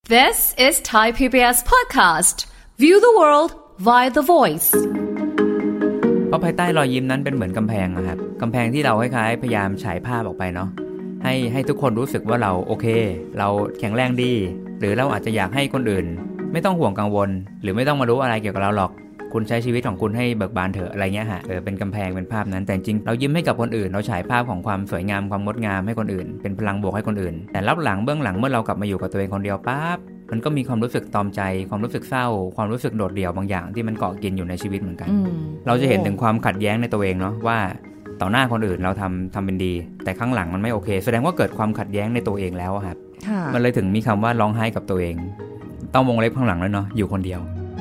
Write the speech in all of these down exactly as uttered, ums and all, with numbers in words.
This is Thai พี บี เอส podcast. View the world via the voice. เพราะภายใต้รอยยิ้มนั้นเป็นเหมือนกำแพงนะครับกำแพงที่เราคล้ายๆพยายามฉายภาพออกไปเนาะให้ให้ทุกคนรู้สึกว่าเราโอเคเราแข็งแรงดีหรือเราอาจจะอยากให้คนอื่นไม่ต้องห่วงกังวลหรือไม่ต้องมารู้อะไรเกี่ยวกับเราหรอกคุณใช้ชีวิตของคุณให้เบิกบานเถอะอะไรเงี้ยฮะเออเป็นกำแพงเป็นภาพนั้นแต่จริงเรายิ้มให้กับคนอื่นเราฉายภาพของความสวยงามความงดงามให้คนอื่นเป็นพลังบวกให้คนอื่นแต่รับหลังเบื้องหลังเมื่อเรากลับมาอยู่กับตัวเองคนเดียวปั๊บมันก็มีความรู้สึกตอมใจความรู้สึกเศร้าความรู้สึกโดดเดี่ยวบางอย่างที่มันเกาะกินอยู่ในชีวิตเหมือนกันเราจะเห็นถึงความขัดแย้งในตัวเองเนาะว่าต่อหน้าคนอื่นเราทำทำเป็นดีแต่ข้างหลังมันไม่โอเคแสดงว่าเกิดความขัดแย้งในตัวเองแล้วครับมันเลยถึงมีคำว่าร้องไห้กับตัวเองต้องวงเล็บข้างหลังแล้วเนาะอยู่คนเดียว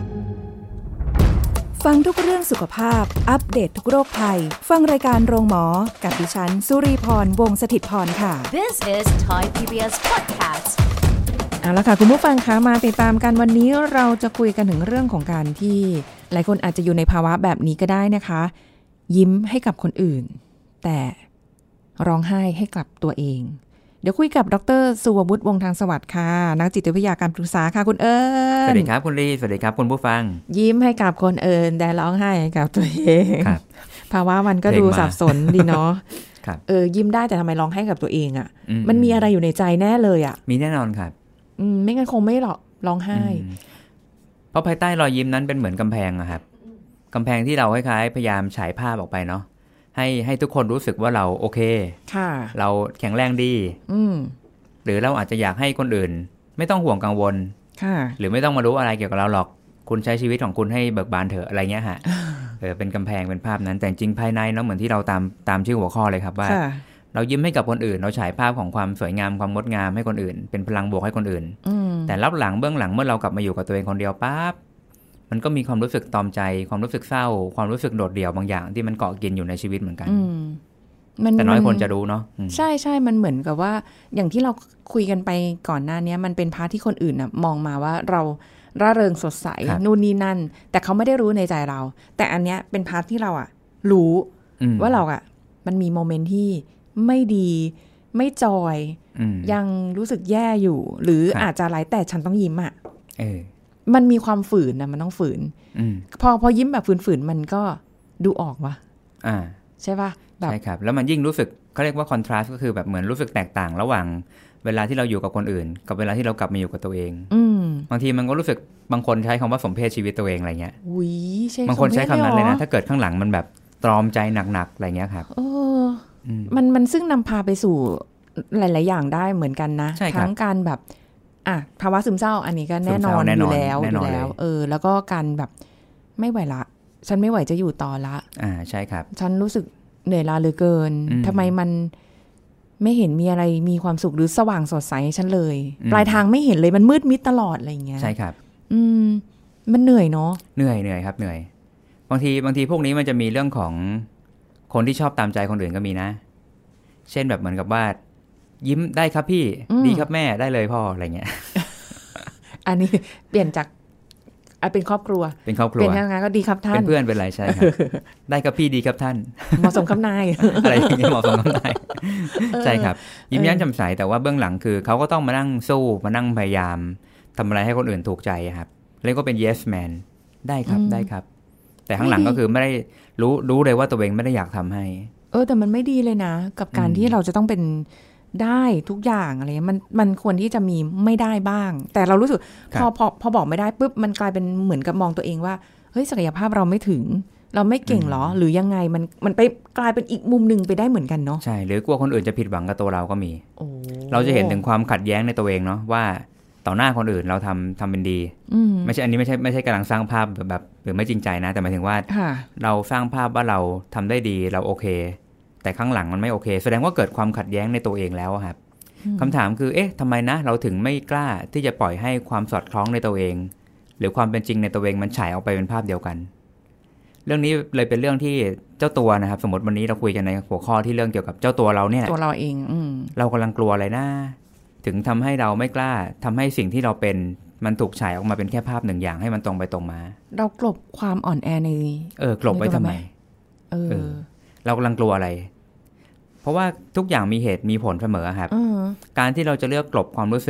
ฟังทุกเรื่องสุขภาพอัปเดต ท, ทุกโรคภัยฟังรายการโรงหมอกับดิฉันสุรีพรวงศ์สถิตย์พรค่ะ This is Thai พี บี เอส podcast. เอาละค่ะคุณผู้ฟังคะมาติดตามกันวันนี้เราจะคุยกันถึงเรื่องของการที่หลายคนอาจจะอยู่ในภาวะแบบนี้ก็ได้นะคะยิ้มให้กับคนอื่นแต่ร้องไห้ให้กับตัวเองเดี๋ยวคุยกับดร.สุวัฒน์วงศ์ทางสวัสดิ์ค่ะนักจิตวิทยาการปรึกษาค่ะคุณเอิญสวัสดีครับคุณลีสวัสดีครับคุณผู้ฟังยิ้มให้กับคนเอิญแต่ร้องไห้ให้กับตัวเองครับภาวะมันก็ดูสับสนดีเนาะครับเออยิ้มได้แต่ทำไมร้องไห้กับตัวเองอ่ะมันมีอะไรอยู่ในใจแน่เลยอ่ะมีแน่นอนครับอืมไม่งั้นคงไม่หรอกร้องไห้เพราะภายใต้รอยยิ้มนั้นเป็นเหมือนกำแพงอะครับกำแพงที่เราคล้ายๆพยายามฉายภาพออกไปเนาะให้ให้ทุกคนรู้สึกว่าเราโอเคค่ะเราแข็งแรงดีอืมหรือเราอาจจะอยากให้คนอื่นไม่ต้องห่วงกังวลค่ะหรือไม่ต้องมารู้อะไรเกี่ยวกับเราหรอกคุณใช้ชีวิตของคุณให้เบิกบานเถอะอะไรเงี้ยฮะ เออเป็นกำแพงเป็นภาพนั้นแต่จริงภายในเนาะเหมือนที่เราตามตามชื่อหัวข้อเลยครับว่าเรายิ้มให้กับคนอื่นเราฉายภาพของความสวยงามความงดงามให้คนอื่นเป็นพลังบวกให้คนอื่นแต่รับหลังเบื้องหลังเมื่อเรากลับมาอยู่กับตัวเองคนเดียวปั๊บมันก็มีความรู้สึกตอมใจความรู้สึกเศร้าความรู้สึกโดดเดี่ยวบางอย่างที่มันเกาะกินอยู่ในชีวิตเหมือนกันแต่น้อยคนจะรู้เนาะใช่ใช่มันเหมือนกับว่าอย่างที่เราคุยกันไปก่อนหน้านี้มันเป็นพาร์ทที่คนอื่นน่ะมองมาว่าเราร่าเริงสดใสนู่นนี่นั่นแต่เขาไม่ได้รู้ในใจเราแต่อันเนี้ยเป็นพาร์ทที่เราอ่ะรู้ว่าเราอ่ะมันมีโมเมนต์ที่ไม่ดีไม่จอยยังรู้สึกแย่อยู่หรืออาจจะอะไรแต่ฉันต้องยิ้มอ่ะมันมีความฝืนนะมันต้องฝืนพอพอยิ้มแบบฝืนๆมันก็ดูออกว่ะใช่ป่ะใช่ครับแล้วมันยิ่งรู้สึกเขาเรียกว่าคอนทราสต์ก็คือแบบเหมือนรู้สึกแตกต่างระหว่างเวลาที่เราอยู่กับคนอื่นกับเวลาที่เรากลับมาอยู่กับตัวเองบางทีมันก็รู้สึกบางคนใช้คำว่าสมเพศชีวิตตัวเองอะไรเงี้ยบางคนใช้คำนั้นเลยนะถ้าเกิดข้างหลังมันแบบตรอมใจหนักๆอะไรเงี้ยครับมันมันซึ่งนำพาไปสู่หลายๆอย่างได้เหมือนกันนะทั้งการแบบอ่ะภาวะซึมเศร้าอันนี้ก็แน่นอนอยู่แล้วอยู่แล้วเออแล้วก็การแบบไม่ไหวละฉันไม่ไหวจะอยู่ต่อละอ่าใช่ครับฉันรู้สึกเหนื่อยล้าเหลือเกินทำไมมันไม่เห็นมีอะไรมีความสุขหรือสว่างสดใสให้ฉันเลยปลายทางไม่เห็นเลยมันมืดมิดตลอดอะไรอย่างเงี้ยใช่ครับอืมมันเหนื่อยเนาะเหนื่อยเหนื่อยครับเหนื่อยบางทีบางทีพวกนี้มันจะมีเรื่องของคนที่ชอบตามใจคนอื่นก็มีนะเช่นแบบเหมือนกับว่ายิ้มได้ครับพี่ดีครับแม่ได้เลยพ่ออะไรเงี้ยอันนี้เปลี่ยนจากเป็นครอบครัวเป็นครอบครัวเป็นยังไงก็ดีครับท่านเป็นเพื่อนเป็นไรใช่ครับได้ครับพี่ดีครับท่านเหมาะสมคำนายอะไรอย่างเงี้ยเหมาะสมคำนายใช่ครับยิ้มแย้มแจ่มใสแต่ว่าเบื้องหลังคือเขาก็ต้องมานั่งสู้มานั่งพยายามทำอะไรให้คนอื่นถูกใจครับแล้วก็เป็น yes man ได้ครับได้ครับแต่ข้างหลังก็คือไม่ได้รู้รู้เลยว่าตัวเองไม่ได้อยากทำให้เออแต่มันไม่ดีเลยนะกับการที่เราจะต้องเป็นได้ทุกอย่างอะไรมันมันควรที่จะมีไม่ได้บ้างแต่เรารู้สึกพอพอพอบอกไม่ได้ปุ๊บมันกลายเป็นเหมือนกับมองตัวเองว่าเฮ้ยศักยภาพเราไม่ถึงเราไม่เก่งหรอหรือยังไงมันมันไปกลายเป็นอีกมุมนึงไปได้เหมือนกันเนาะใช่หรือกลัวคนอื่นจะผิดหวังกับตัวเราก็มีเราจะเห็นถึงความขัดแย้งในตัวเองเนาะว่าต่อหน้าคนอื่นเราทำทำเป็นดีไม่ใช่อันนี้ไม่ใช่ไม่ใช่กำลังสร้างภาพแบบหรือไม่จริงใจนะแต่หมายถึงว่าเราสร้างภาพว่าเราทำได้ดีเราโอเคแต่ข้างหลังมันไม่โอเคแสดงว่าเกิดความขัดแย้งในตัวเองแล้วครับคำถามคือเอ๊ะทำไมนะเราถึงไม่กล้าที่จะปล่อยให้ความสอดคล้องในตัวเองหรือความเป็นจริงในตัวเองมันฉายออกไปเป็นภาพเดียวกันเรื่องนี้เลยเป็นเรื่องที่เจ้าตัวนะครับสมมติวันนี้เราคุยกันในหัวข้อที่เรื่องเกี่ยวกับเจ้าตัวเราเนี่ยตัวเราเองอืเรากำลังกลัวอะไรนะถึงทำให้เราไม่กล้าทำให้สิ่งที่เราเป็นมันถูกฉายออกมาเป็นแค่ภาพหนึ่งอย่างให้มันตรงไปตรงมาเรากลบความอ่อนแอในเออกลบไว้ทำไมเออเรากำลังกลัวอะไรเพราะว่าทุกอย่างมีเหตุมีผลเสมอครับการที่เราจะเลือกกลบความรู้สึก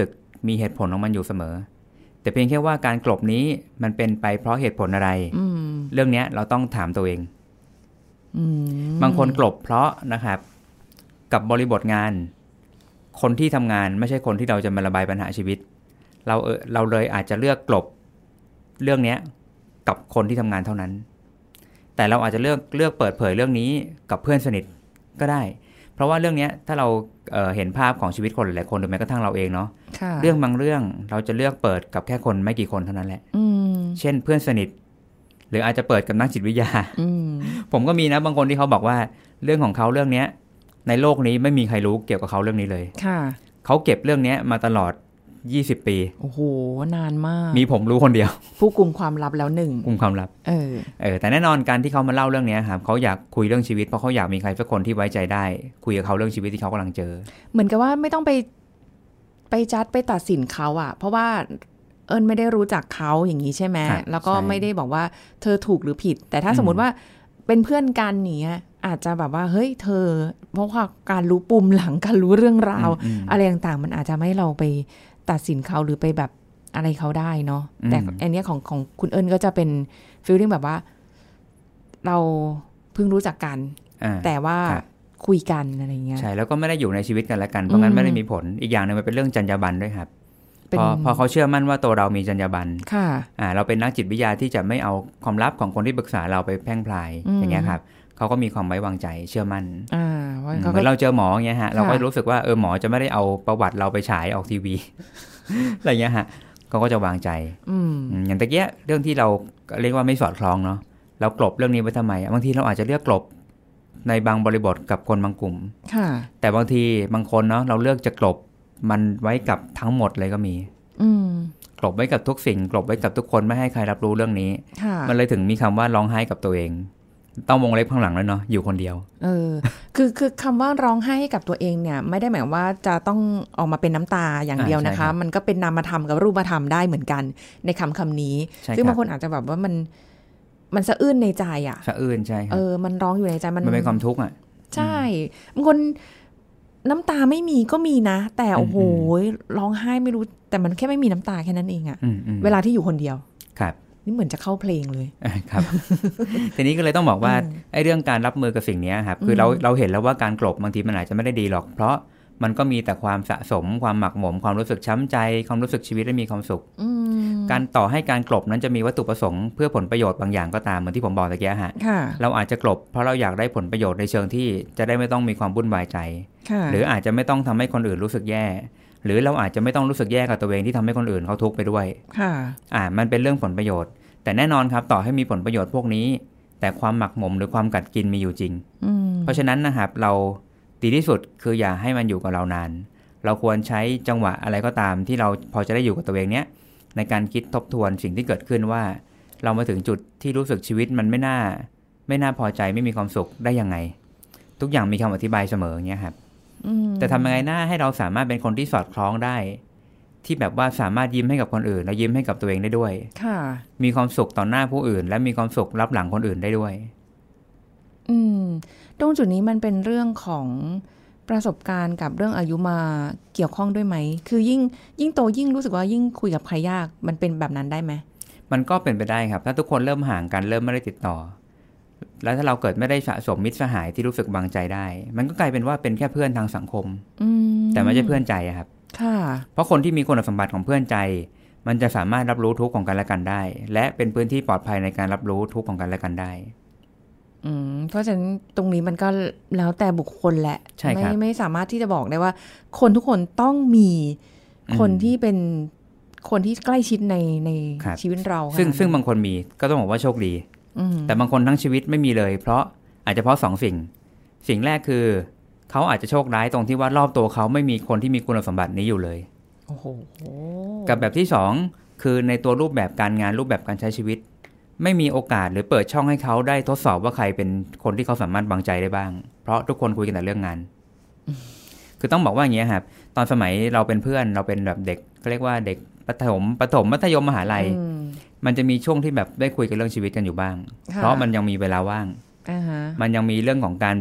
มีเหตุผลของมันอยู่เสมอแต่เพียงแค่ว่าการกลบนี้มันเป็นไปเพราะเหตุผลอะไรเรื่องนี้เราต้องถามตัวเองบางคนกลบเพราะนะครับกับบริบทงานคนที่ทำงานไม่ใช่คนที่เราจะมาระบายปัญหาชีวิตเราเออเราเลยอาจจะเลือกกลบเรื่องนี้กับคนที่ทำงานเท่านั้นแต่เราอาจจะเลือกเลือกเปิดเผยเรื่องนี้กับเพื่อนสนิทก็ได้เพราะว่าเรื่องนี้ถ้าเราเ, เห็นภาพของชีวิตคนหลายคนหรือแม้กระทั่งเราเองเนาะเรื่องบางเรื่องเราจะเลือกเปิดกับแค่คนไม่กี่คนเท่านั้นแหละเช่นเพื่อนสนิทหรืออาจจะเปิดกับนักจิตวิทยาผมก็มีนะบางคนที่เขาบอกว่าเรื่องของเขาเรื่องนี้ในโลกนี้ไม่มีใครรู้เกี่ยวกับเขาเรื่องนี้เลยเขาเก็บเรื่องนี้มาตลอดยี่สิบปีโอ้โหนานมากมีผมรู้คนเดียวผู้กุมความลับแล้วหนึ่งกุมความลับเออเออแต่แน่นอนการที่เขามาเล่าเรื่องนี้ครับเขาอยากคุยเรื่องชีวิตเพราะเขาอยากมีใครสักคนที่ไว้ใจได้คุยกับเขาเรื่องชีวิตที่เขากำลังเจอเหมือนกับว่าไม่ต้องไปไปจัดไปตัดสินเขาอะเพราะว่าเอิญไม่ได้รู้จักเขาอย่างนี้ใช่ไหมแล้วก็ไม่ได้บอกว่าเธอถูกหรือผิดแต่ถ้าสมมติว่าเป็นเพื่อนกันเนี้ยอาจจะแบบว่าเฮ้ยเธอเพราะว่าการรู้ปุ่มหลังการรู้เรื่องราวอะไรต่างๆมันอาจจะไม่เราไปตัดสินเขาหรือไปแบบอะไรเขาได้เนาะแต่อันนี้ของของคุณเอิญก็จะเป็นฟีลลิ่งแบบว่าเราเพิ่งรู้จักกันแต่ว่าคุยกันอะไรเงี้ยใช่แล้วก็ไม่ได้อยู่ในชีวิตกันและกันเพราะงั้นไม่ได้มีผลอีกอย่างนึงมันเป็นเรื่องจรรยาบรรณด้วยครับพอพอเขาเชื่อมั่นว่าตัวเรามีจรรยาบรรณอ่าเราเป็นนักจิตวิทยาที่จะไม่เอาความลับของคนที่ปรึกษาเราไปแพร่งพรายอย่างเงี้ยครับเขาก็มีความไว้วางใจเชื่อมั่นเหมือนเราเจอหมออย่างเงี้ยฮะเราก็รู้สึกว่าเออหมอจะไม่ได้เอาประวัติเราไปฉายออกทีวี อะไรเงี้ยฮะเขาก็จะวางใจอย่างตะเกียเรื่องที่เราเรียกว่าไม่สอดคล้องเนาะเรากลบเรื่องนี้ไว้ทำไมบางทีเราอาจจะเลือกกลบในบางบริบทกับคนบางกลุ่มแต่บางทีบางคนเนาะเราเลือกจะกลบมันไว้กับทั้งหมดเลยก็มีกลบไว้กับทุกสิ่งกลบไว้กับทุกคนไม่ให้ใครรับรู้เรื่องนี้มันเลยถึงมีคำว่าร้องไห้กับตัวเองต้องวงเล็บข้างหลังแล้วเนาะอยู่คนเดียวเออคือคือคำว่าร้องไห้กับตัวเองเนี่ยไม่ได้หมายว่าจะต้องออกมาเป็นน้ำตาอย่างเดียวนะคะมันก็เป็นนามธรรมกับรูปธรรมได้เหมือนกันในคำคำนี้ซึ่งบางคนอาจจะแบบว่ามันมันสะอื้นในใจอ่ะสะอื้นใช่เออมันร้องอยู่ในใจมันมันเป็นความทุกข์อ่ะใช่บางคนน้ำตาไม่มีก็มีนะแต่โอ้โหร้องไห้ไม่รู้แต่มันแค่ไม่มีน้ำตาแค่นั้นเองอ่ะเวลาที่อยู่คนเดียวครับนี่เหมือนจะเข้าเพลงเลยครับ ทีนี้ก็เลยต้องบอกว่าไอ้เรื่องการรับมือกับสิ่งนี้ครับคือเราเราเห็นแล้วว่าการกลบบางทีมันอาจจะไม่ได้ดีหรอกเพราะมันก็มีแต่ความสะสมความหมักหมมความรู้สึกช้ำใจความรู้สึกชีวิตไม่มีความสุขการต่อให้การกลบนั้นจะมีวัตถุประสงค์เพื่อผลประโยชน์บางอย่างก็ตามเหมือนที่ผมบอกตะกี้ฮะเราอาจจะกลบเพราะเราอยากได้ผลประโยชน์ในเชิงที่จะได้ไม่ต้องมีความวุ่นวายใจหรืออาจจะไม่ต้องทำให้คนอื่นรู้สึกแย่หรือเราอาจจะไม่ต้องรู้สึกแย่กับตัวเองที่ทำให้คนอื่นเขาทุกข์ไปด้วยอ่ามันเป็นเรื่องผลประโยชน์แต่แน่นอนครับต่อให้มีผลประโยชน์พวกนี้แต่ความหมักหมมหรือความกัดกินมีอยู่จริงเพราะฉะนั้นนะครับเราดีที่สุดคืออย่าให้มันอยู่กับเรานานเราควรใช้จังหวะอะไรก็ตามที่เราพอจะได้อยู่กับตัวเองเนี้ยในการคิดทบทวนสิ่งที่เกิดขึ้นว่าเรามาถึงจุดที่รู้สึกชีวิตมันไม่น่าไม่น่าพอใจไม่มีความสุขได้ยังไงทุกอย่างมีคำอธิบายเสมออย่างเงี้ยครับแต่ทำยังไงหน้าให้เราสามารถเป็นคนที่สอดคล้องได้ที่แบบว่าสามารถยิ้มให้กับคนอื่นและยิ้มให้กับตัวเองได้ด้วยมีความสุขต่อหน้าผู้อื่นและมีความสุขรับหลังคนอื่นได้ด้วยอืมตรงจุดนี้มันเป็นเรื่องของประสบการณ์กับเรื่องอายุมาเกี่ยวข้องด้วยไหมคือยิ่งยิ่งโตยิ่งรู้สึกว่ายิ่งคุยกับใครยากมันเป็นแบบนั้นได้ไหมมันก็เป็นไปได้ครับถ้าทุกคนเริ่มห่างกันเริ่มไม่ได้ติดต่อแล้วถ้าเราเกิดไม่ได้สะสมมิตรสหายที่รู้สึกวางใจได้มันก็กลายเป็นว่าเป็นแค่เพื่อนทางสังคมแต่ไม่ใช่เพื่อนใจครับเพราะคนที่มีคุณสมบัติของเพื่อนใจมันจะสามารถรับรู้ทุกข์ของกันและกันได้และเป็นพื้นที่ปลอดภัยในการรับรู้ทุกข์ของกันและกันได้อืมเพราะฉะนั้นตรงนี้มันก็แล้วแต่บุคคลแหละไม่ไม่สามารถที่จะบอกได้ว่าคนทุกคนต้องมีคนที่เป็นคนที่ใกล้ชิดในในชีวิตเราซึ่งซึ่งบางคนมีก็ต้องบอกว่าโชคดีแต่บางคนทั้งชีวิตไม่มีเลยเพราะอาจจะเพราะสองสิ่งสิ่งแรกคือเขาอาจจะโชคร้ายตรงที่ว่ารอบตัวเขาไม่มีคนที่มีคุณสมบัตินี้อยู่เลยโอ้โหกับแบบที่สองคือในตัวรูปแบบการงานรูปแบบการใช้ชีวิตไม่มีโอกาสหรือเปิดช่องให้เขาได้ทดสอบว่าใครเป็นคนที่เขาสามารถวางใจได้บ้างเพราะทุกคนคุยกันแต่เรื่องงานคือต้องบอกว่าอย่างเงี้ยครับตอนสมัยเราเป็นเพื่อนเราเป็นแบบเด็กเขาเรียกว่าเด็กประถมประถมมัธยมมหาลัยมันจะมีช่วงที่แบบได้คุยกันเรื่องชีวิตกันอยู่บ้างเพราะมันยังมีเวลาว่างมันยังมีเรื่องของการแบบ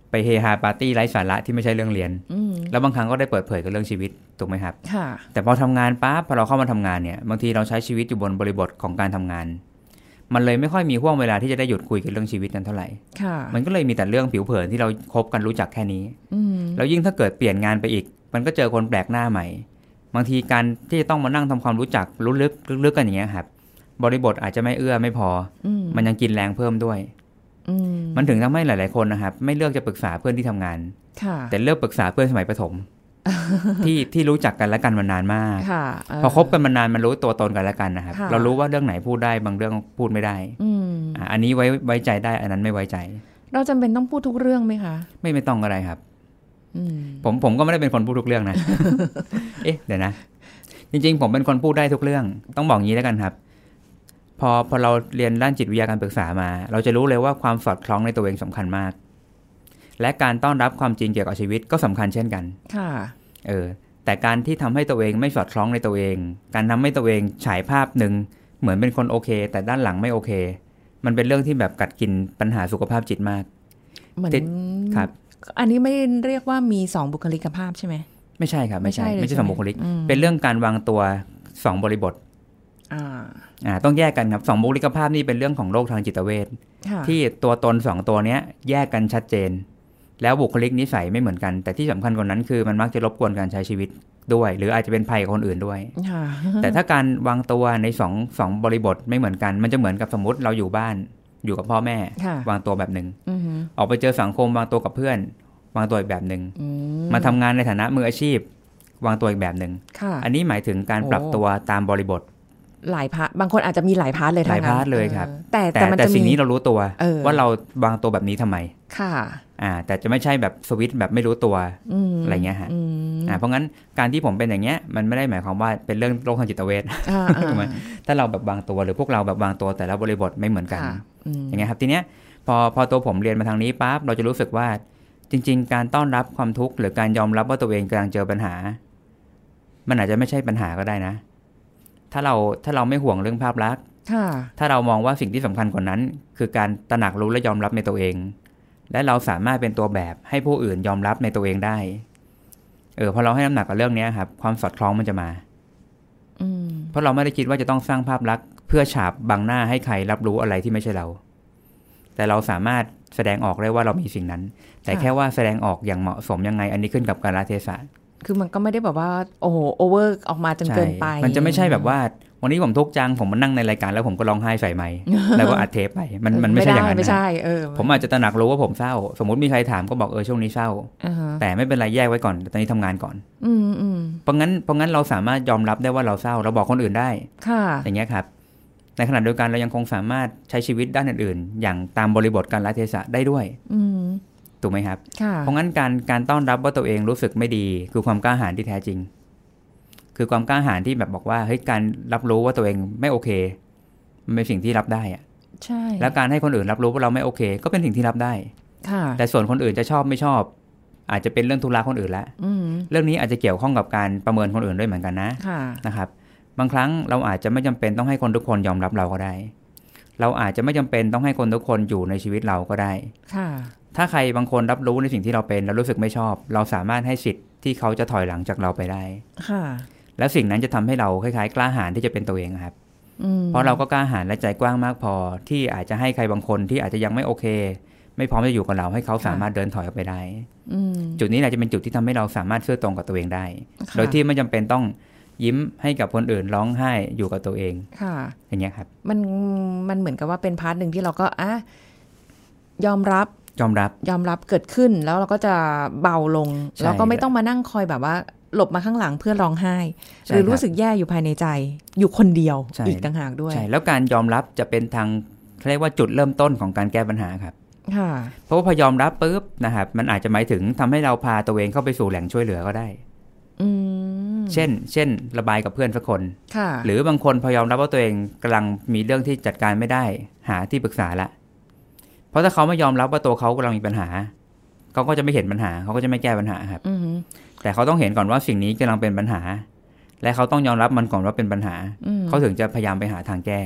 ไปเฮฮาปาร์ตี้ไร้สาระที่ไม่ใช่เรื่องเรียนแล้วบางครั้งก็ได้เปิดเผยกับเรื่องชีวิตถูกไหมครับแต่พอทำงานปั๊บพอเราเข้ามาทำงานเนี่ยบางทีเราใช้ชีวิตอยู่บนบริบทของการทำงานมันเลยไม่ค่อยมีห่วงเวลาที่จะได้หยุดคุยกันเรื่องชีวิตกันเท่าไหร่มันก็เลยมีแต่เรื่องผิวเผินที่เราคบกันรู้จักแค่นี้แล้วยิ่งถ้าเกิดเปลี่ยนงานไปอีกมันก็เจอคนแปลกหน้าใหม่บางทีการที่จะต้องมานั่งทำความรู้จักรู้ลึกลึกกันอย่างเงี้ยครับบริบทอาจจะไม่เอื้อไม่พอมันยังกินแรงเพิ่มด้วยมันถึงทำให้หลายๆคนนะครับไม่เลือกจะปรึกษาเพื่อนที่ทำงานแต่เลือกปรึกษาเพื่อนสมัยประถม ที่ที่รู้จักกันและกันมานานมากพอคบกันมานานมันรู้ตัวตนกันและกันนะครับเรารู้ว่าเรื่องไหนพูดได้บางเรื่องพูดไม่ได้อันนี้ไว้ไว้ใจได้อันนั้นไม่ไว้ใจเราจำเป็นต้องพูดทุกเรื่องไหมคะไม่ไม่ต้องก็ได้ครับผมผมก็ไม่ได้เป็นคนพูดทุกเรื่องนะ เอ๊ะเดี๋ยวนะจริงๆผมเป็นคนพูดได้ทุกเรื่องต้องบอกงี้แล้วกันครับพอพอเราเรียนด้านจิตวิทยาการปรึกษามาเราจะรู้เลยว่าความสอดคล้องในตัวเองสำคัญมากและการต้อนรับความจริงเกี่ยวกับชีวิตก็สำคัญเช่นกันค่ะเออแต่การที่ทำให้ตัวเองไม่สอดคล้องในตัวเองการทำให้ตัวเองฉายภาพหนึ่งเหมือนเป็นคนโอเคแต่ด้านหลังไม่โอเคมันเป็นเรื่องที่แบบกัดกินปัญหาสุขภาพจิตมากเหมือนครับอันนี้ไม่เรียกว่ามีสองบุคลิกภาพใช่ไหมไม่ใช่ครับไม่ใช่ไม่ใช่สองบุคลิกเป็นเรื่องการวางตัวสองบริบทอ่าอ่าต้องแยกกันครับสองบุคลิกภาพนี่เป็นเรื่องของโรคทางจิตเวชที่ตัวตนสองตัวเนี้ยแยกกันชัดเจนแล้วบุคลิกนิสัยไม่เหมือนกันแต่ที่สำคัญกว่านั้นคือมันมักจะรบกวนการใช้ชีวิตด้วยหรืออาจจะเป็นภัยกับคนอื่นด้วยแต่ถ้าการวางตัวในสองสองบริบทไม่เหมือนกันมันจะเหมือนกับสมมติเราอยู่บ้านอยู่กับพ่อแม่วางตัวแบบนึงออกไปเจอสังคมวางตัวกับเพื่อนวางตัวอีกแบบนึงมาทำงานในฐานะมืออาชีพวางตัวอีกแบบนึงอันนี้หมายถึงการปรับตัวตามบริบทหลายพาร์ทบางคนอาจจะมีหลายพาร์ทเลยหลายพาร์ทเลยครับแต่แต่แต่สิ่งนี้เรารู้ตัวว่าเราวางตัวแบบนี้ทำไมค่ะอ่าแต่จะไม่ใช่แบบสวิตช์แบบไม่รู้ตัวอะไรเงี้ยฮะอ่าเพราะงั้นการที่ผมเป็นอย่างเงี้ยมันไม่ได้หมายความว่าเป็นเรื่องโรคทางจิตเวชถูกไหมถ้าเราแบบวางตัวหรือพวกเราแบบวางตัวแต่ละบริบทไม่เหมือนกันอย่างเงี้ยครับทีเนี้ยพอพอตัวผมเรียนมาทางนี้ปั๊บเราจะรู้สึกว่าจริงๆการต้อนรับความทุกข์หรือการยอมรับว่าตัวเองกำลังเจอปัญหามันอาจจะไม่ใช่ปัญหาก็ได้นะถ้าเราถ้าเราไม่ห่วงเรื่องภาพลักษณ์ถ้าเรามองว่าสิ่งที่สำคัญกว่านั้นคือการตระหนักรู้และยอมรับในตัวเองและเราสามารถเป็นตัวแบบให้ผู้อื่นยอมรับในตัวเองได้เออพอเราให้น้ำหนักกับเรื่องนี้ครับความสอดคล้องมันจะมาเพราะเราไม่ได้คิดว่าจะต้องสร้างภาพลักษณ์เพื่อฉาบบังหน้าให้ใครรับรู้อะไรที่ไม่ใช่เราแต่เราสามารถแสดงออกได้ว่าเรามีสิ่งนั้นแต่แค่ว่าแสดงออกอย่างเหมาะสมยังไงอันนี้ขึ้นกับกาลเทศะคือมันก็ไม่ได้แบบว่าโอ้โหโอเวอร์ออกมาจนเกินไปมันจะไม่ใช่แบบว่าวันนี้ผมทุกข์จังผมมานั่งในรายการแล้วผมก็ร้องไห้ใส่ไมค์แล้วก็อัดเทปไปมันมันไม่ใช่อย่างนั้นนะผมอาจจะตระหนักรู้ว่าผมเศร้าสมมติมีใครถามก็บอกเออช่วงนี้เศร้าแต่ไม่เป็นไรแยกไว้ก่อนตอนนี้ทำงานก่อนเพราะงั้นเพราะงั้นเราสามารถยอมรับได้ว่าเราเศร้าเราบอกคนอื่นได้อย่างเงี้ยครับในขณะเดียวกันเรายังคงสามารถใช้ชีวิตด้านอื่นๆอย่างตามบริบทกาลเทศะได้ด้วยถูกไหมครับเพราะงั้นการการต้อนรับว่าตัวเองรู้สึกไม่ดีคือความกล้าหาญที่แท้จริงคือความกล้าหาญที่แบบบอกว่าเฮ้ยการรับรู้ว่าตัวเองไม่โอเคมันเป็นสิ่งที่รับได้อะใช่แล้วการให้คนอื่นรับรู้ว่าเราไม่โอเคก็เป็นสิ่งที่รับได้ค่ะแต่ส่วนคนอื่นจะชอบไม่ชอบอาจจะเป็นเรื่องธุระคนอื่นละเรื่องนี้อาจจะเกี่ยวข้องกับการประเมินคนอื่นด้วยเหมือนกันนะนะครับบางครั้งเราอาจจะไม่จำเป็นต้องให้คนทุกคนยอมรับเราก็ได้เราอาจจะไม่จำเป็นต้องให้คนทุกคนอยู่ในชีวิตเราก็ได้ค่ะถ้าใครบางคนรับรู้ในสิ่งที่เราเป็นแล้วรู้สึกไม่ชอบเราสามารถให้สิทธิ์ที่เขาจะถอยหลังจากเราไปได้ค่ะแล้วสิ่งนั้นจะทำให้เราคล้ายๆกล้าหาญที่จะเป็นตัวเองครับเพราะเราก็กล้าหาญและใจกว้างมากพอที่อาจจะให้ใครบางคนที่อาจจะยังไม่โอเคไม่พร้อมจะอยู่กับเราให้เขาสามารถเดินถอยออกไปได้จุดนี้แหละจะเป็นจุดที่ทำให้เราสามารถซื่อตรงกับตัวเองได้โดยที่ไม่จำเป็นต้องยิ้มให้กับคนอื่นร้องไห้อยู่กับตัวเองอย่างเงี้ยครับมันมันเหมือนกับว่าเป็นพาร์ทหนึ่งที่เราก็อ่ะยอมรับยอมรับยอมรับเกิดขึ้นแล้วเราก็จะเบาลงแล้วก็ไม่ต้องมานั่งคอยแบบว่าหลบมาข้างหลังเพื่อร้องไห้หรือรู้สึกแย่อยู่ภายในใจอยู่คนเดียวอีกต่างหากด้วยใช่แล้วการยอมรับจะเป็นทางเรียกว่าจุดเริ่มต้นของการแก้ปัญหาครับค่ะเพราะว่าพอยอมรับปุ๊บนะครับมันอาจจะหมายถึงทำให้เราพาตัวเองเข้าไปสู่แหล่งช่วยเหลือก็ได้เช่นเช่นระบายกับเพื่อนสักคนหรือบางคนพอยอมรับว่าตัวเองกำลังมีเรื่องที่จัดการไม่ได้หาที่ปรึกษาละเพราะถ้าเขาไม่ยอมรับว่าตัวเขากำลังมีปัญหาเขาก็จะไม่เห็นปัญหาเขาก็จะไม่แก้ปัญหาครับแต่เขาต้องเห็นก่อนว่าสิ่งนี้กำลังเป็นปัญหาและเขาต้องยอมรับมันก่อนว่าเป็นปัญหาเขาถึงจะพยายามไปหาทางแก้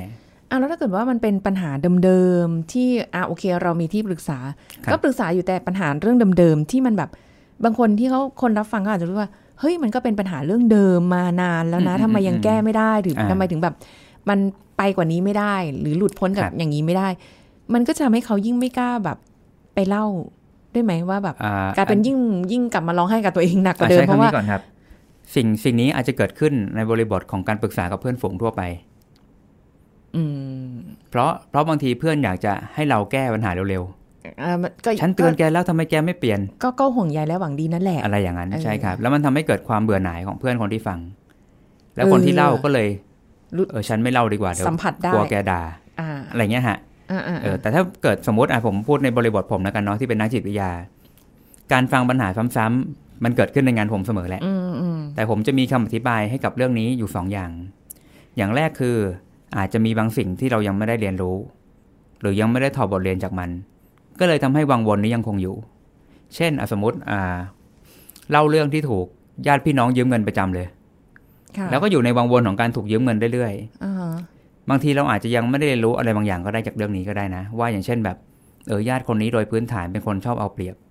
อ่ะแล้วถ้าเกิดว่ามันเป็นปัญหาเดิมๆที่อ่ะโอเคเรามีที่ปรึกษาก็ปรึกษาอยู่แต่ปัญหาเรื่องเดิมๆที่มันแบบบางคนที่เขาคนรับฟังก็อาจจะรู้ว่าเฮ้ยมันก็เป็นปัญหาเรื่องเดิมมานานแล้วนะทำไมยังแก้ไม่ได้หรือทำไมถึงแบบมันไปกว่านี้ไม่ได้หรือหลุดพ้นจากอย่างนี้ไม่ได้มันก็จะทำให้เขายิ่งไม่กล้าแบบไปเล่าได้ไหมว่าแบบกลายเป็นยิ่งยิ่งกลับมาร้องไห้กับตัวเองหนักกว่าเดิมเพราะว่าสิ่งสิ่งนี้อาจจะเกิดขึ้นในบริบทของการปรึกษากับเพื่อนฝูงทั่วไปอืมเพราะเพราะบางทีเพื่อนอยากจะให้เราแก้ปัญหาเร็วๆฉันเตือนแกแล้วทำไมแกไม่เปลี่ยนก็ก็ห่วงใยและหวังดีนั่นแหละอะไรอย่างนั้นใช่ครับแล้วมันทำให้เกิดความเบื่อหน่ายของเพื่อนคนที่ฟังแล้วคนที่เล่าก็เลยเออฉันไม่เล่าดีกว่าเดี๋ยวกลัวแกด่าอะไรเงี้ยฮะเออแต่ถ้าเกิดสมมติอ่ะผมพูดในบริบทผมแล้วกันเนาะที่เป็นนักจิตวิทยาการฟังปัญหาซ้ำๆมันเกิดขึ้นในงานผมเสมอแหละแต่ผมจะมีคำอธิบายให้กับเรื่องนี้อยู่สองอย่างอย่างแรกคืออาจจะมีบางสิ่งที่เรายังไม่ได้เรียนรู้หรือยังไม่ได้ถอดบทเรียนจากมันก็เลยทำให้วังวนนี้ยังคงอยู่เช่นสมมติอ่าเล่าเรื่องที่ถูกญาติพี่น้องยืมเงินประจำเลยแล้วก็อยู่ในวังวนของการถูกยืมเงินเรื่อยๆบางทีเราอาจจะยังไม่ได้เรียนรู้อะไรบางอย่างก็ได้จากเรื่องนี้ก็ได้นะว่าอย่างเช่นแบบเออญาติคนนี้โดยพื้นฐานเป็นคนชอบเอาเปรียบ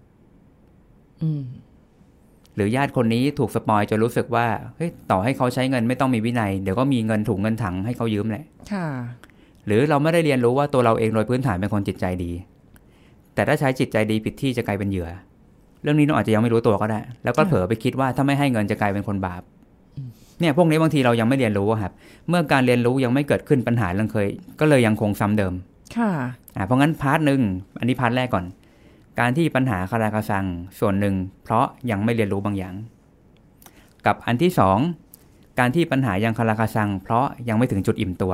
หรือญาติคนนี้ถูกสปอยจนรู้สึกว่าเฮ้ยต่อให้เขาใช้เงินไม่ต้องมีวินัยเดี๋ยวก็มีเงินถุงเงินถังให้เขายืมแหละหรือเราไม่ได้เรียนรู้ว่าตัวเราเองโดยพื้นฐานเป็นคนจิตใจดีแต่ถ้าใช้จิตใจดีผิดที่จะกลายเป็นเหยื่อเรื่องนี้เราอาจจะยังไม่รู้ตัวก็ได้แล้วก็เผลอไปคิดว่าถ้าไม่ให้เงินจะกลายเป็นคนบาปเนี่ยพวกนี้บางทีเรายังไม่เรียนรู้ครับเมื่อการเรียนรู้ยังไม่เกิดขึ้นปัญหายังเคยก็เลยยังคงซ้ำเดิมค่ะอ่าเพราะงั้นพาร์ทนึงอันนี้พาร์ทแรกก่อนการที่ปัญหาคาราคาซังส่วนหนึ่งเพราะยังไม่เรียนรู้บางอย่างกับอันที่สองการที่ปัญหายังคาราคาซังเพราะยังไม่ถึงจุดอิ่มตัว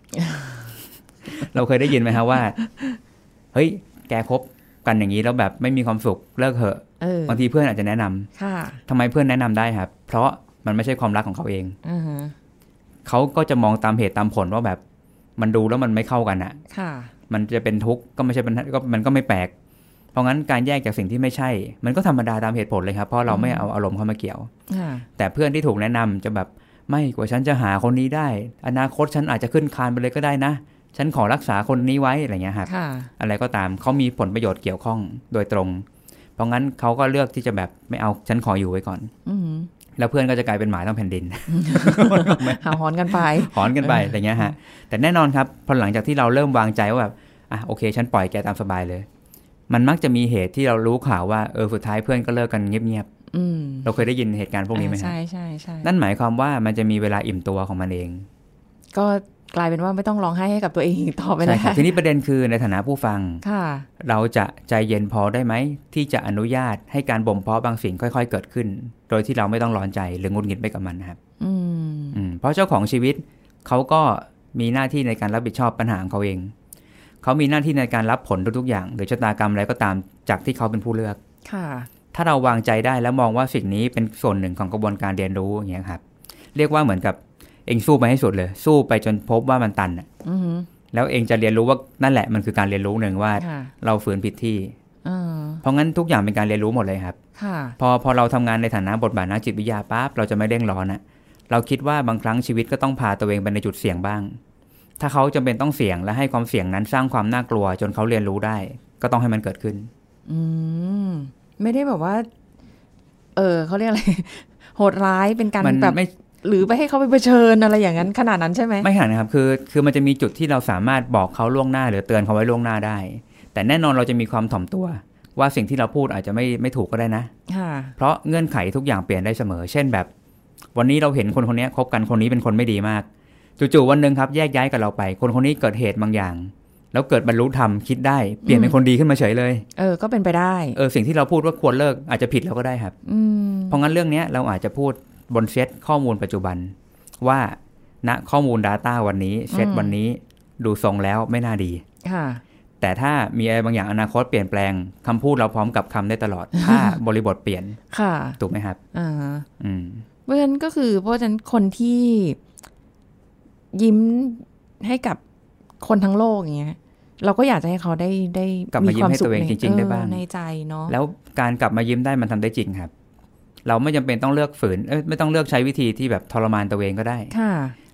เราเคยได้ยินไหมครับว่าเฮ้ยแกคบกันอย่างนี้แล้วแบบไม่มีความสุขเลิกเถอะบางทีเพื่อนอาจจะแนะนำทำไมเพื่อนแนะนำได้ครับเพราะมันไม่ใช่ความรักของเขาเองเขาก็จะมองตามเหตุตามผลว่าแบบมันดูแล้วมันไม่เข้ากันอ่ะมันจะเป็นทุกข์ก็ไม่ใช่ปัญหาก็มันก็ไม่แปลกเพราะงั้นการแยกจากสิ่งที่ไม่ใช่มันก็ธรรมดาตามเหตุผลเลยครับเพราะเราไม่เอาอารมณ์เข้ามาเกี่ยวแต่เพื่อนที่ถูกแนะนำจะแบบไม่กว่าฉันจะหาคนนี้ได้อนาคตฉันอาจจะขึ้นคานไปเลยก็ได้นะฉันขอรักษาคนนี้ไว้อะไรเงี้ยครับอะไรก็ตามเขามีผลประโยชน์เกี่ยวข้องโดยตรงเพราะงั้นเขาก็เลือกที่จะแบบไม่เอาฉันขออยู่ไว้ก่อนแล้วเพื่อนก็จะกลายเป็นหมาทั้งแผ่นดินหาหอนกันไปหอนกันไปอะไรเงี้ยฮะแต่แน่นอนครับพอหลังจากที่เราเริ่มวางใจว่าแบบอ่ะโอเคฉันปล่อยแกตามสบายเลยมันมักจะมีเหตุที่เรารู้ข่าวว่าเออสุดท้ายเพื่อนก็เลิกกันเงียบๆเราเคยได้ยินเหตุการณ์พวกนี้ไหมครับใช่ใช่ใช่นั่นหมายความว่ามันจะมีเวลาอิ่มตัวของมันเองก็กลายเป็นว่าไม่ต้องร้องไห้ให้กับตัวเองต่อไปแล้วทีนี้ประเด็นคือในฐานะผู้ฟังเราจะใจเย็นพอได้ไหมที่จะอนุญาตให้การบ่มเพาะบางสิ่งค่อยๆเกิดขึ้นโดยที่เราไม่ต้องร้อนใจหรือหงุดหงิดไปกับมันนะครับเพราะเจ้าของชีวิตเขาก็มีหน้าที่ในการรับผิดชอบปัญหาของเขาเองเขามีหน้าที่ในการรับผลทุกๆอย่างหรือชะตากรรมอะไรก็ตามจากที่เขาเป็นผู้เลือกถ้าเราวางใจได้แล้วมองว่าสิ่งนี้เป็นส่วนหนึ่งของกระบวนการเรียนรู้อย่างเงี้ยครับเรียกว่าเหมือนกับเองสู้ไปให้สุดเลยสู้ไปจนพบว่ามันตันอ่ะแล้วเองจะเรียนรู้ว่านั่นแหละมันคือการเรียนรู้หนึ่งว่าเราฝืนผิดที่เพราะงั้นทุกอย่างเป็นการเรียนรู้หมดเลยครับพอพอเราทำงานในฐานะบทบาทนักจิตวิทยาปั๊บเราจะไม่เร่งร้อนอ่ะเราคิดว่าบางครั้งชีวิตก็ต้องพาตัวเองไปในจุดเสี่ยงบ้างถ้าเขาจำเป็นต้องเสี่ยงและให้ความเสี่ยงนั้นสร้างความน่ากลัวจนเขาเรียนรู้ได้ก็ต้องให้มันเกิดขึ้นอืมไม่ได้แบบว่าเออเขาเรียกอะไรโหดร้ายเป็นการแบบหรือไปให้เขาไปเผชิญอะไรอย่างนั้นขนาดนั้นใช่ไหมไม่ขนาดนะครับคือคือมันจะมีจุดที่เราสามารถบอกเขาล่วงหน้าหรือเตือนเขาไว้ล่วงหน้าได้แต่แน่นอนเราจะมีความถ่อมตัวว่าสิ่งที่เราพูดอาจจะไม่ไม่ถูกก็ได้นะเพราะเงื่อนไขทุกอย่างเปลี่ยนได้เสมอเช่นแบบวันนี้เราเห็นคนคนนี้คบกันคนนี้เป็นคนไม่ดีมากจู่ๆวันนึงครับแยกย้ายกับเราไปคนคนนี้เกิดเหตุบางอย่างแล้วเกิดบรรลุธรรมคิดได้เปลี่ยนเป็นคนดีขึ้นมาเฉยเลยเออก็เป็นไปได้เออสิ่งที่เราพูดว่าควรเลิกอาจจะผิดแล้วก็ได้ครับเพราะงั้นเรื่องนี้เราอาจจะพูดบนเซตข้อมูลปัจจุบันว่าณข้อมูล Data วันนี้เซตวันนี้ดูทรงแล้วไม่น่าดีแต่ถ้ามีอะไรบางอย่างอนาคตเปลี่ยนแปลงคำพูดเราพร้อมกับคำได้ตลอดถ้าบริบทเปลี่ยนถูกไหมครับอ่าอืมเพราะฉะนั้นก็คือเพราะฉะนั้นคนที่ยิ้มให้กับคนทั้งโลกอย่างเงี้ยเราก็อยากจะให้เขาได้ได้กลับมายิ้มให้ตัวเองจริงๆได้บ้างในใจเนาะแล้วการกลับมายิ้มได้มันทำได้จริงครับเราไม่จำเป็นต้องเลือกฝืนเอ้ยไม่ต้องเลือกใช้วิธีที่แบบทรมานตัวเองก็ได้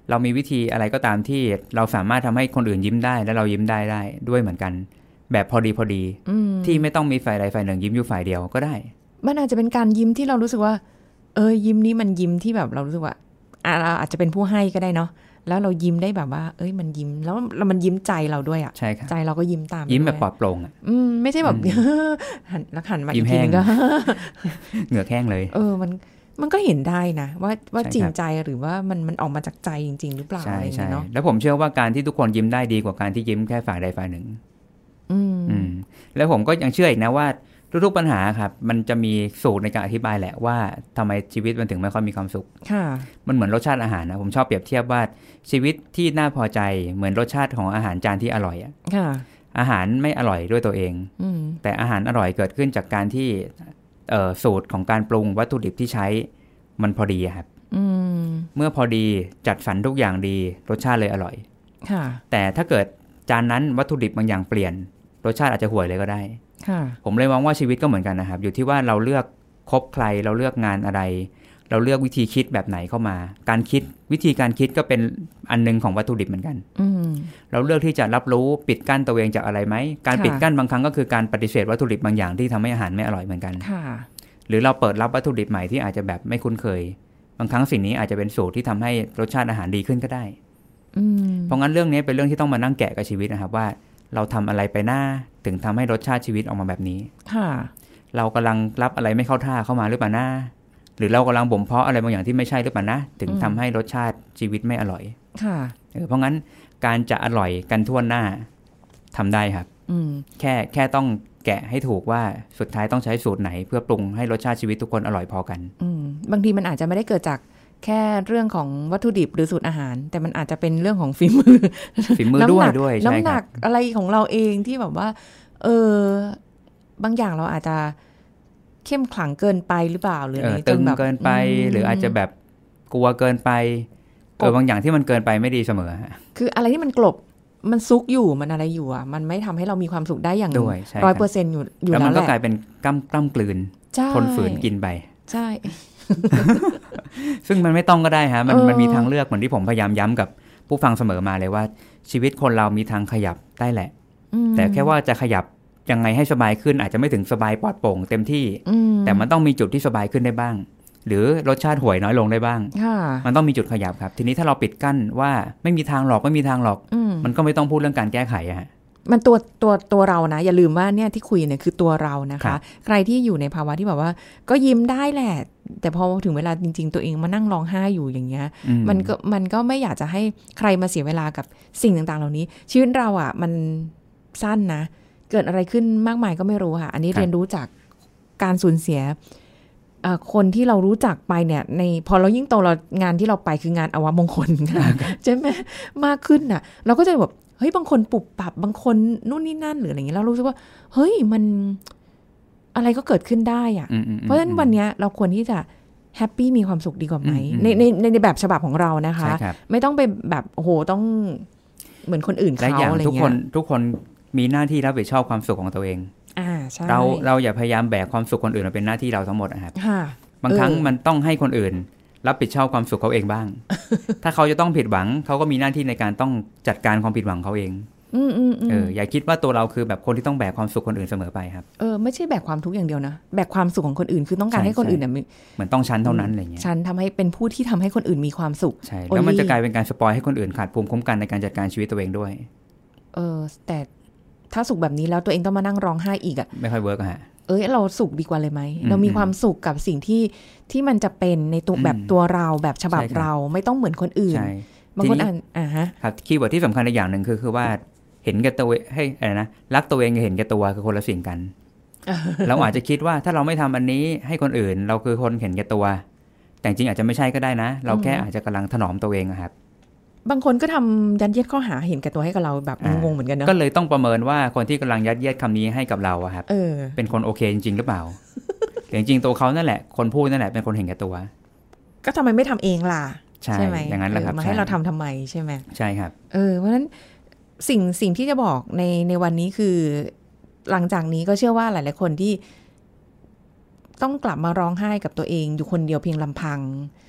เรามีวิธีอะไรก็ตามที่เราสามารถทำให้คนอื่นยิ้มได้และเรายิ้มได้ได้ด้วยเหมือนกันแบบพอดีพอดีที่ไม่ต้องมีฝ่ายใดฝ่ายหนึ่งยิ้มอยู่ฝ่ายเดียวก็ได้มันอาจจะเป็นการยิ้มที่เรารู้สึกว่าเออยิ้มนี้มันยิ้มที่แบบเรารู้สึกว่าเราอาจจะเป็นผู้ให้ก็ได้เนาะแล้วเรายิ้มได้แบบว่าเอ้ยมันยิ้มแล้วมันยิ้มใจเราด้วยอ่ะใช่ครับใจเราก็ยิ้มตามยิ้มแบบปลอดโปร่งอ่ะอืมไม่ใช่แบบหันแล้วหันมาอีกทีก็เหงื่อแห้งเลยเออมันมันก็เห็นได้นะว่าว่าจริงใจหรือว่ามันมันออกมาจากใจจริงๆหรือเปล่าอะไรอย่างเงี้ยเนาะแล้วผมเชื่อว่าการที่ทุกคนยิ้มได้ดีกว่าการที่ยิ้มแค่ฝ่ายใดฝ่ายหนึ่งอืมอืมแล้วผมก็ยังเชื่ออีกนะว่าทุกๆปัญหาครับมันจะมีสูตรในการอธิบายแหละว่าทำไมชีวิตมันถึงไม่ค่อยมีความสุขค่ะมันเหมือนรสชาติอาหารนะผมชอบเปรียบเทียบว่าชีวิตที่น่าพอใจเหมือนรสชาติของอาหารจานที่อร่อยอ่ะค่ะอาหารไม่อร่อยด้วยตัวเองแต่อาหารอร่อยเกิดขึ้นจากการที่เอ่อสูตรของการปรุงวัตถุดิบที่ใช้มันพอดีครับเมื่อพอดีจัดสรรทุกอย่างดีรสชาติเลยอร่อยค่ะแต่ถ้าเกิดจานนั้นวัตถุดิบบางอย่างเปลี่ยนรสชาติอาจจะห่วยเลยก็ได้ผมเลยมองว่าชีวิตก็เหมือนกันนะครับอยู่ที่ว่าเราเลือกคบใครเราเลือกงานอะไรเราเลือกวิธีคิดแบบไหนเข้ามาการคิดวิธีการคิดก็เป็นอันนึงของวัตถุดิบเหมือนกันเราเลือกที่จะรับรู้ปิดกั้นตัวเองจากอะไรไหมการปิดกั้นบางครั้งก็คือการปฏิเสธวัตถุดิบบางอย่างที่ทำให้อาหารไม่อร่อยเหมือนกันหรือเราเปิดรับวัตถุดิบใหม่ที่อาจจะแบบไม่คุ้นเคยบางครั้งสิ่งนี้อาจจะเป็นสูตรที่ทำให้รสชาติอาหารดีขึ้นก็ได้เพราะงั้นเรื่องนี้เป็นเรื่องที่ต้องมานั่งแกะกับชีวิตนะครับว่าเราทำอะไรไปหน้าถึงทำให้รสชาติชีวิตออกมาแบบนี้เรากำลังรับอะไรไม่เข้าท่าเข้ามาหรือเปล่านะหรือเรากำลังบ่มเพาะอะไรบางอย่างที่ไม่ใช่หรือเปล่านะถึงทำให้รสชาติชีวิตไม่อร่อยเพราะงั้นการจะอร่อยกันทั่วหน้าทำได้ครับแค่แค่ต้องแกะให้ถูกว่าสุดท้ายต้องใช้สูตรไหนเพื่อปรุงให้รสชาติชีวิตทุกคนอร่อยพอกันบางทีมันอาจจะไม่ได้เกิดจากแค่เรื่องของวัตถุดิบหรือสูตรอาหารแต่มันอาจจะเป็นเรื่องของฝีมือฝีมือด้วยด้วยน้ำหนักอะไรของเราเองที่แบบว่าเออบางอย่างเราอาจจะเข้มขลังเกินไปหรือเปล่าหรืออะไรตึงเกินไปหรืออาจจะแบบกลัวเกินไปเออบางอย่างที่มันเกินไปไม่ดีเสมอคืออะไรที่มันกลบมันซุกอยู่มันอะไรอยู่อ่ะมันไม่ทำให้เรามีความสุขได้อย่างร้อยเปอร์เซ็นต์อยู่อยู่แล้วแหละแล้วมันก็กลายเป็นกล้ำกล้ำกลืนทนฝืนกินไปใช่ซึ่งมันไม่ต้องก็ได้ฮะมันมันมีทางเลือกเหมือนที่ผมพยายามย้ำกับผู้ฟังเสมอมาเลยว่าชีวิตคนเรามีทางขยับได้แหละแต่แค่ว่าจะขยับยังไงให้สบายขึ้นอาจจะไม่ถึงสบายปลอดโปร่งเต็มที่แต่มันต้องมีจุดที่สบายขึ้นได้บ้างหรือรสชาติห่วยน้อยลงได้บ้างมันต้องมีจุดขยับครับทีนี้ถ้าเราปิดกั้นว่าไม่มีทางหรอกไม่มีทางหรอกมันก็ไม่ต้องพูดเรื่องการแก้ไขอะฮะมันตัวตัวตัวเรานะอย่าลืมว่าเนี่ยที่คุยเนี่ยคือตัวเรานะคะใครที่อยู่ในภาวะที่แบบว่าก็ยิ้มได้แหละแต่พอถึงเวลาจริงๆตัวเองมานั่งร้องไห้อยู่อย่างเงี้ยมันก็มันก็ไม่อยากจะให้ใครมาเสียเวลากับสิ่งต่างๆเหล่านี้ชีวิตเราอ่ะมันสั้นนะเกิดอะไรขึ้นมากมายก็ไม่รู้ค่ะอันนี้เรียนรู้จากการสูญเสียคนที่เรารู้จักไปเนี่ยในพอเรายิ่งโตเรางานที่เราไปคืองานอวมงคลใช่ไหมมากขึ้นน่ะเราก็จะแบบเฮ้ยบางคนปุบปับบางคนนู่นนี่นั่นหรืออะไรอย่างเงี้ยเรารู้สึกว่าเฮ้ยมันอะไรก็เกิดขึ้นได้อ่ะเพราะฉะนั้นวันนี้เราควรที่จะแฮปปี้มีความสุขดีกว่าไหมในในในแบบฉบับของเรานะคะไม่ต้องไปแบบโอ้โหต้องเหมือนคนอื่นเขาอะไรเงี้ยทุกคนทุกคนมีหน้าที่รับผิดชอบความสุขของตัวเองเราเราอย่าพยายามแบกความสุขคนอื่นมาเป็นหน้าที่เราทั้งหมดนะครับบางครั้งมันต้องให้คนอื่นรับผิดชอบความสุขเขาเองบ้าง ถ้าเขาจะต้องผิดหวังเขาก็มีหน้าที่ในการต้องจัดการความผิดหวังเขาเองเอออย่าคิดว่าตัวเราคือแบบคนที่ต้องแบกความสุขคนอื่นเสมอไปครับเออไม่ใช่แบกความทุกข์อย่างเดียวนะแบกความสุขของคนอื่นคือต้องการให้คนอื่นเนี่ยเหมือนต้องชั้นเท่านั้นอะไรเงี้ยชั้นทำให้เป็นผู้ที่ทำให้คนอื่นมีความสุขใช่แล้วมันจะกลายเป็นการสปอยให้คนอื่นขาดภูมิคุ้มกันในการจัดการชีวิตตัวเองด้วยเออแต่ถ้าสุขแบบนี้แล้วตัวเองต้องมานั่งร้องไห้อีกอ่ะไม่ค่อยเวิร์กอะฮะเอ้ยเราสุขดีกว่าเลยไหมเรามีความสุขกับสิ่งที่ที่มันจะเป็นในตัวแบบตัวเราแบบฉบับเราไม่ต้องเหมือนคนอื่นบางคนอ่านอ่าฮะครับคีย์เวิร์ดที่สำคัญอีกอย่างหนึ่งคือคือว่าเห็นแก่ตัวให้อะไรนะรักตัวเองกับเห็นแก่ตัวคือคนละสิ่งกัน เราอาจจะคิดว่าถ้าเราไม่ทำอันนี้ให้คนอื่นเราคือคนเห็นแก่ตัวแต่จริงอาจจะไม่ใช่ก็ได้นะเราแค่อาจจะกำลังถนอมตัวเองครับบางคนก็ทำยัดเยียดข้อหาเห็นแก่ตัวให้กับเราแบบงงๆเหมือนกันเนาะก็เลยต้องประเมินว่าคนที่กำลังยัดเยียดคำนี้ให้กับเราอะครับ เออ เป็นคนโอเคจริงๆหรือเปล่า จริงๆตัวเขานั่นแหละคนพูดนั่นแหละเป็นคนเห็นแก่ตัวก็ทำไมไม่ทำเองล่ะใช่ไหมอย่างนั้นแหละครับมาให้เราทำทำไมใช่ไหมใช่ครับเออเพราะฉะนั้นสิ่งสิ่งที่จะบอกในในวันนี้คือหลังจากนี้ก็เชื่อว่าหลายๆคนที่ต้องกลับมาร้องไห้กับตัวเองอยู่คนเดียวเพียงลำพัง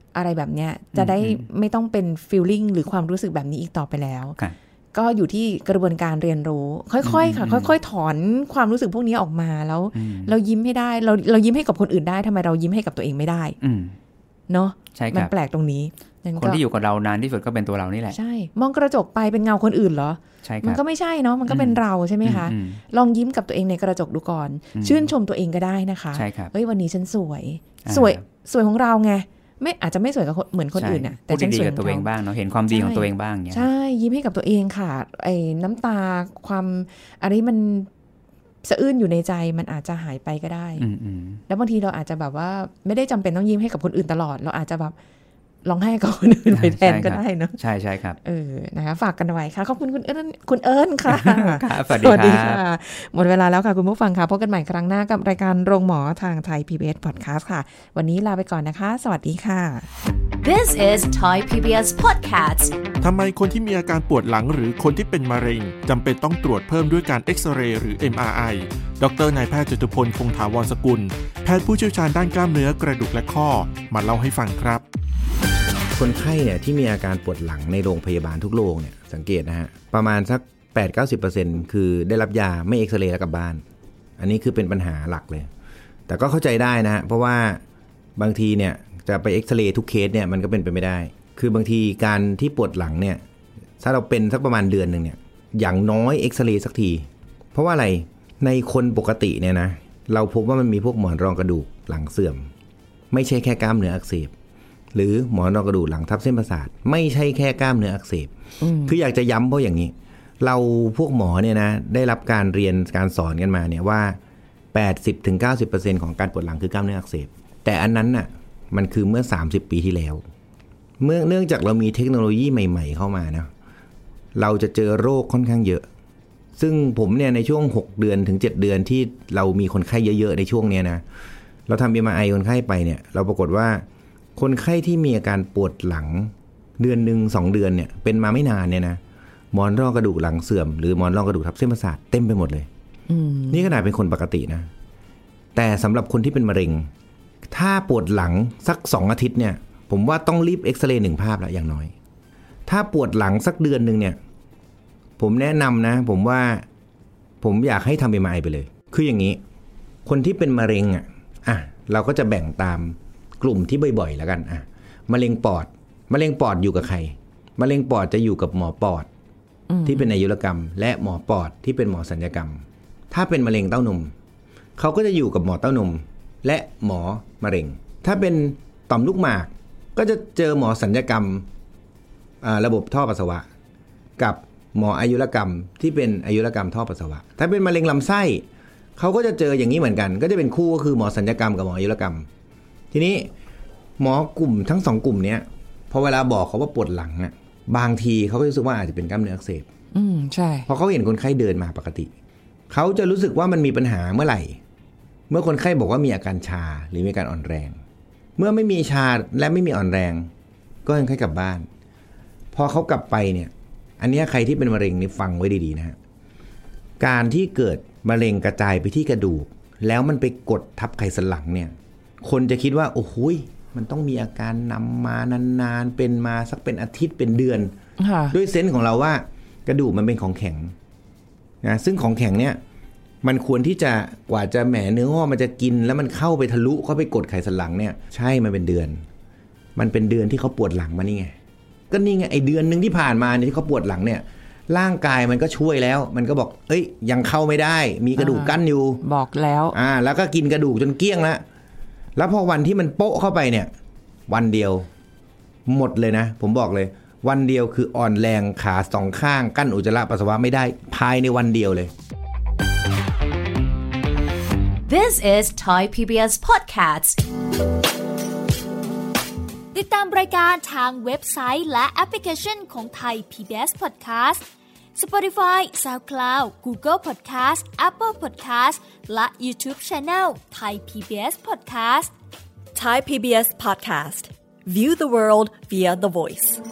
อะไรแบบเนี้ยจะได้ไม่ต้องเป็น feeling หรือความรู้สึกแบบนี้อีกต่อไปแล้วก็อยู่ที่กระบวนการเรียนรู้ค่อยๆค่ะค่อยๆถอนความรู้สึกพวกนี้ออกมาแล้วเรายิ้มให้ได้เราเรายิ้มให้กับคนอื่นได้ทำไมเรายิ้มให้กับตัวเองไม่ได้เนาะมันแปลกตรงนี้คนที่อยู่กับเรานานที่สุดก็เป็นตัวเรานี่แหละใช่มองกระจกไปเป็นเงาคนอื่นเหรอมันก็ไม่ใช่เนาะมันก็เป็นเราใช่ไหมคะลองยิ้มกับตัวเองในกระจกดูก่อนชื่นชมตัวเองก็ได้นะคะเฮ้ยวันนี้ฉันสวยสวยสวยของเราไงไม่อาจจะไม่สวยกับเหมือนคนอื่นน่ะแต่ฉันสวยกับตัวเองบ้างเนาะเห็นความดีของตัวเองบ้างเนี่ยใช่ยิ้มให้กับตัวเองค่ะไอ้น้ำตาความอะไรมันสะอื้นอยู่ในใจมันอาจจะหายไปก็ได้แล้วบางทีเราอาจจะแบบว่าไม่ได้จำเป็นต้องยิ้มให้กับคนอื่นตลอดเราอาจจะแบบร้องไห้กับคนอื่นไปแทนก็ได้เนาะใช่ใช่ครับเออนะคะฝากกันไว้ค่ะขอบคุณคุณเอิญคุณเอิญค่ะสวัสดีค่ะหมดเวลาแล้วค่ะคุณผู้ฟังค่ะพบกันใหม่ครั้งหน้ากับรายการโรงหมอทางไทย พี บี เอส Podcast ค่ะวันนี้ลาไปก่อนนะคะสวัสดีค่ะ This is Thai พี บี เอส Podcast ทำไมคนที่มีอาการปวดหลังหรือคนที่เป็นมะเร็งจำเป็นต้องตรวจเพิ่มด้วยการเอ็กซเรย์หรือ เอ็ม อาร์ ไอ ดร.นายแพทย์จตุพลคงถาวรสกุลแพทย์ผู้เชี่ยวชาญด้านกล้ามเนื้อกระดูกและข้อมาเล่าให้ฟังครับคนไข้เนี่ยที่มีอาการปวดหลังในโรงพยาบาลทุกโรงเนี่ยสังเกตนะฮะประมาณสัก แปดถึงเก้าสิบเปอร์เซ็นต์ คือได้รับยาไม่เอ็กซเรย์แล้วกลับบ้านอันนี้คือเป็นปัญหาหลักเลยแต่ก็เข้าใจได้นะฮะเพราะว่าบางทีเนี่ยจะไปเอ็กซเรย์ทุกเคสเนี่ยมันก็เป็นไปไม่ได้คือบางทีการที่ปวดหลังเนี่ยถ้าเราเป็นสักประมาณเดือนนึงเนี่ยอย่างน้อยเอ็กซเรย์สักทีเพราะว่าอะไรในคนปกติเนี่ยนะเราพบว่ามันมีพวกหมอนรองกระดูกหลังเสื่อมไม่ใช่แค่กล้ามเนื้ออักเสบหรือหมอนรองกระดูกหลังทับเส้นประสาทไม่ใช่แค่กล้ามเนื้ออักเสบคืออยากจะย้ำเพราะอย่างนี้เราพวกหมอเนี่ยนะได้รับการเรียนการสอนกันมาเนี่ยว่า แปดสิบถึงเก้าสิบเปอร์เซ็นต์ ของการปวดหลังคือกล้ามเนื้ออักเสบแต่อันนั้นน่ะมันคือเมื่อสามสิบปีที่แล้วเมื่อเนื่องจากเรามีเทคโนโลยีใหม่ๆเข้ามานะเราจะเจอโรคค่อนข้างเยอะซึ่งผมเนี่ยในช่วงหกเดือนถึงเจ็ดเดือนที่เรามีคนไข้เยอะๆในช่วงนี้นะเราทำ เอ็ม อาร์ ไอ คนไข้ไปเนี่ยเราปรากฏว่าคนไข้ที่มีอาการปวดหลังเดือนหนึ่งสองเดือนเนี่ยเป็นมาไม่นานเนี่ยนะหมอนรองกระดูกหลังเสื่อมหรือหมอนรองกระดูกทับเส้นประสาทเต็มไปหมดเลยนี่ขนาดเป็นคนปกตินะแต่สำหรับคนที่เป็นมะเร็งถ้าปวดหลังสักสองอาทิตย์เนี่ยผมว่าต้องรีบเอ็กซเรย์หนึ่งภาพละอย่างน้อยถ้าปวดหลังสักเดือนนึงเนี่ยผมแนะนำนะผมว่าผมอยากให้ทำ เอ็ม อาร์ ไอ ไปเลยคืออย่างนี้คนที่เป็นมะเร็งอ่ะอ่ะเราก็จะแบ่งตามกลุ่มที่บ่อยๆแล้วกันอ่ะมะเร็งปอดมะเร็งปอดอยู่กับใครมะเร็งปอดจะอยู่กับหมอปอดที่เป็นอายุรกรรมและหมอปอดที่เป็นหมอศัลยกรรมถ้าเป็นมะเร็งเต้านมเขาก็จะอยู่กับหมอเต้านมและหมอมะเร็งถ้าเป็นต่อมลูกหมากก็จะเจอหมอศัลยกรรมระบบท่อปัสสาวะกับหมออายุรกรรมที่เป็นอายุรกรรมท่อปัสสาวะถ้าเป็นมะเร็งลำไส้เขาก็จะเจออย่างนี้เหมือนกันก็จะเป็นคู่ก็คือหมอศัลยกรรมกับหมออายุรกรรมทีนี้หมอกลุ่มทั้งสองกลุ่มนี้พอเวลาบอกเขาว่าปวดหลังอ่ะบางทีเขาก็รู้สึกว่าอาจจะเป็นกล้ามเนื้ออักเสบอืมใช่พอเขาเห็นคนไข้เดินมาปกติเขาจะรู้สึกว่ามันมีปัญหาเมื่อไหร่เมื่อคนไข้บอกว่ามีอาการชาหรือมีอาการอ่อนแรงเมื่อไม่มีชาและไม่มีอ่อนแรงก็คนไข้กลับบ้านพอเขากลับไปเนี่ยอันนี้ใครที่เป็นมะเร็งนี่ฟังไว้ดีๆนะฮะการที่เกิดมะเร็งกระจายไปที่กระดูกแล้วมันไปกดทับไขสันหลังเนี่ยคนจะคิดว่าโอ้โหมันต้องมีอาการนำมานานๆเป็นมาสักเป็นอาทิตย์เป็นเดือนด้วยเซนส์ของเราว่ากระดูกมันเป็นของแข็งนะซึ่งของแข็งเนี่ยมันควรที่จะกว่าจะแหมเนื้องอกมันจะกินแล้วมันเข้าไปทะลุเข้าไปกดไขสันหลังเนี่ยใช่มันเป็นเดือนมันเป็นเดือนที่เขาปวดหลังมานี่ไงก็นี่ไงไอเดือนนึงที่ผ่านมาเนี่ยที่เขาปวดหลังเนี่ยร่างกายมันก็ช่วยแล้วมันก็บอกเอ้ยยังเข้าไม่ได้มีกระดูกกั้นอยู่บอกแล้วอ่าแล้วก็กินกระดูกจนเกลี้ยงแล้วแล้วพอวันที่มันโป๊ะเข้าไปเนี่ยวันเดียวหมดเลยนะผมบอกเลยวันเดียวคืออ่อนแรงขาสองข้างกั้นอุจจาระปัสสาวะไม่ได้ภายในวันเดียวเลย This is Thai พี บี เอส Podcast ติดตามรายการทางเว็บไซต์และแอปพลิเคชันของ Thai พี บี เอส Podcast Spotify, SoundCloud, Google Podcast, Apple Podcast และ YouTube Channel Thai พี บี เอส Podcast Thai พี บี เอส Podcast View the world via the voice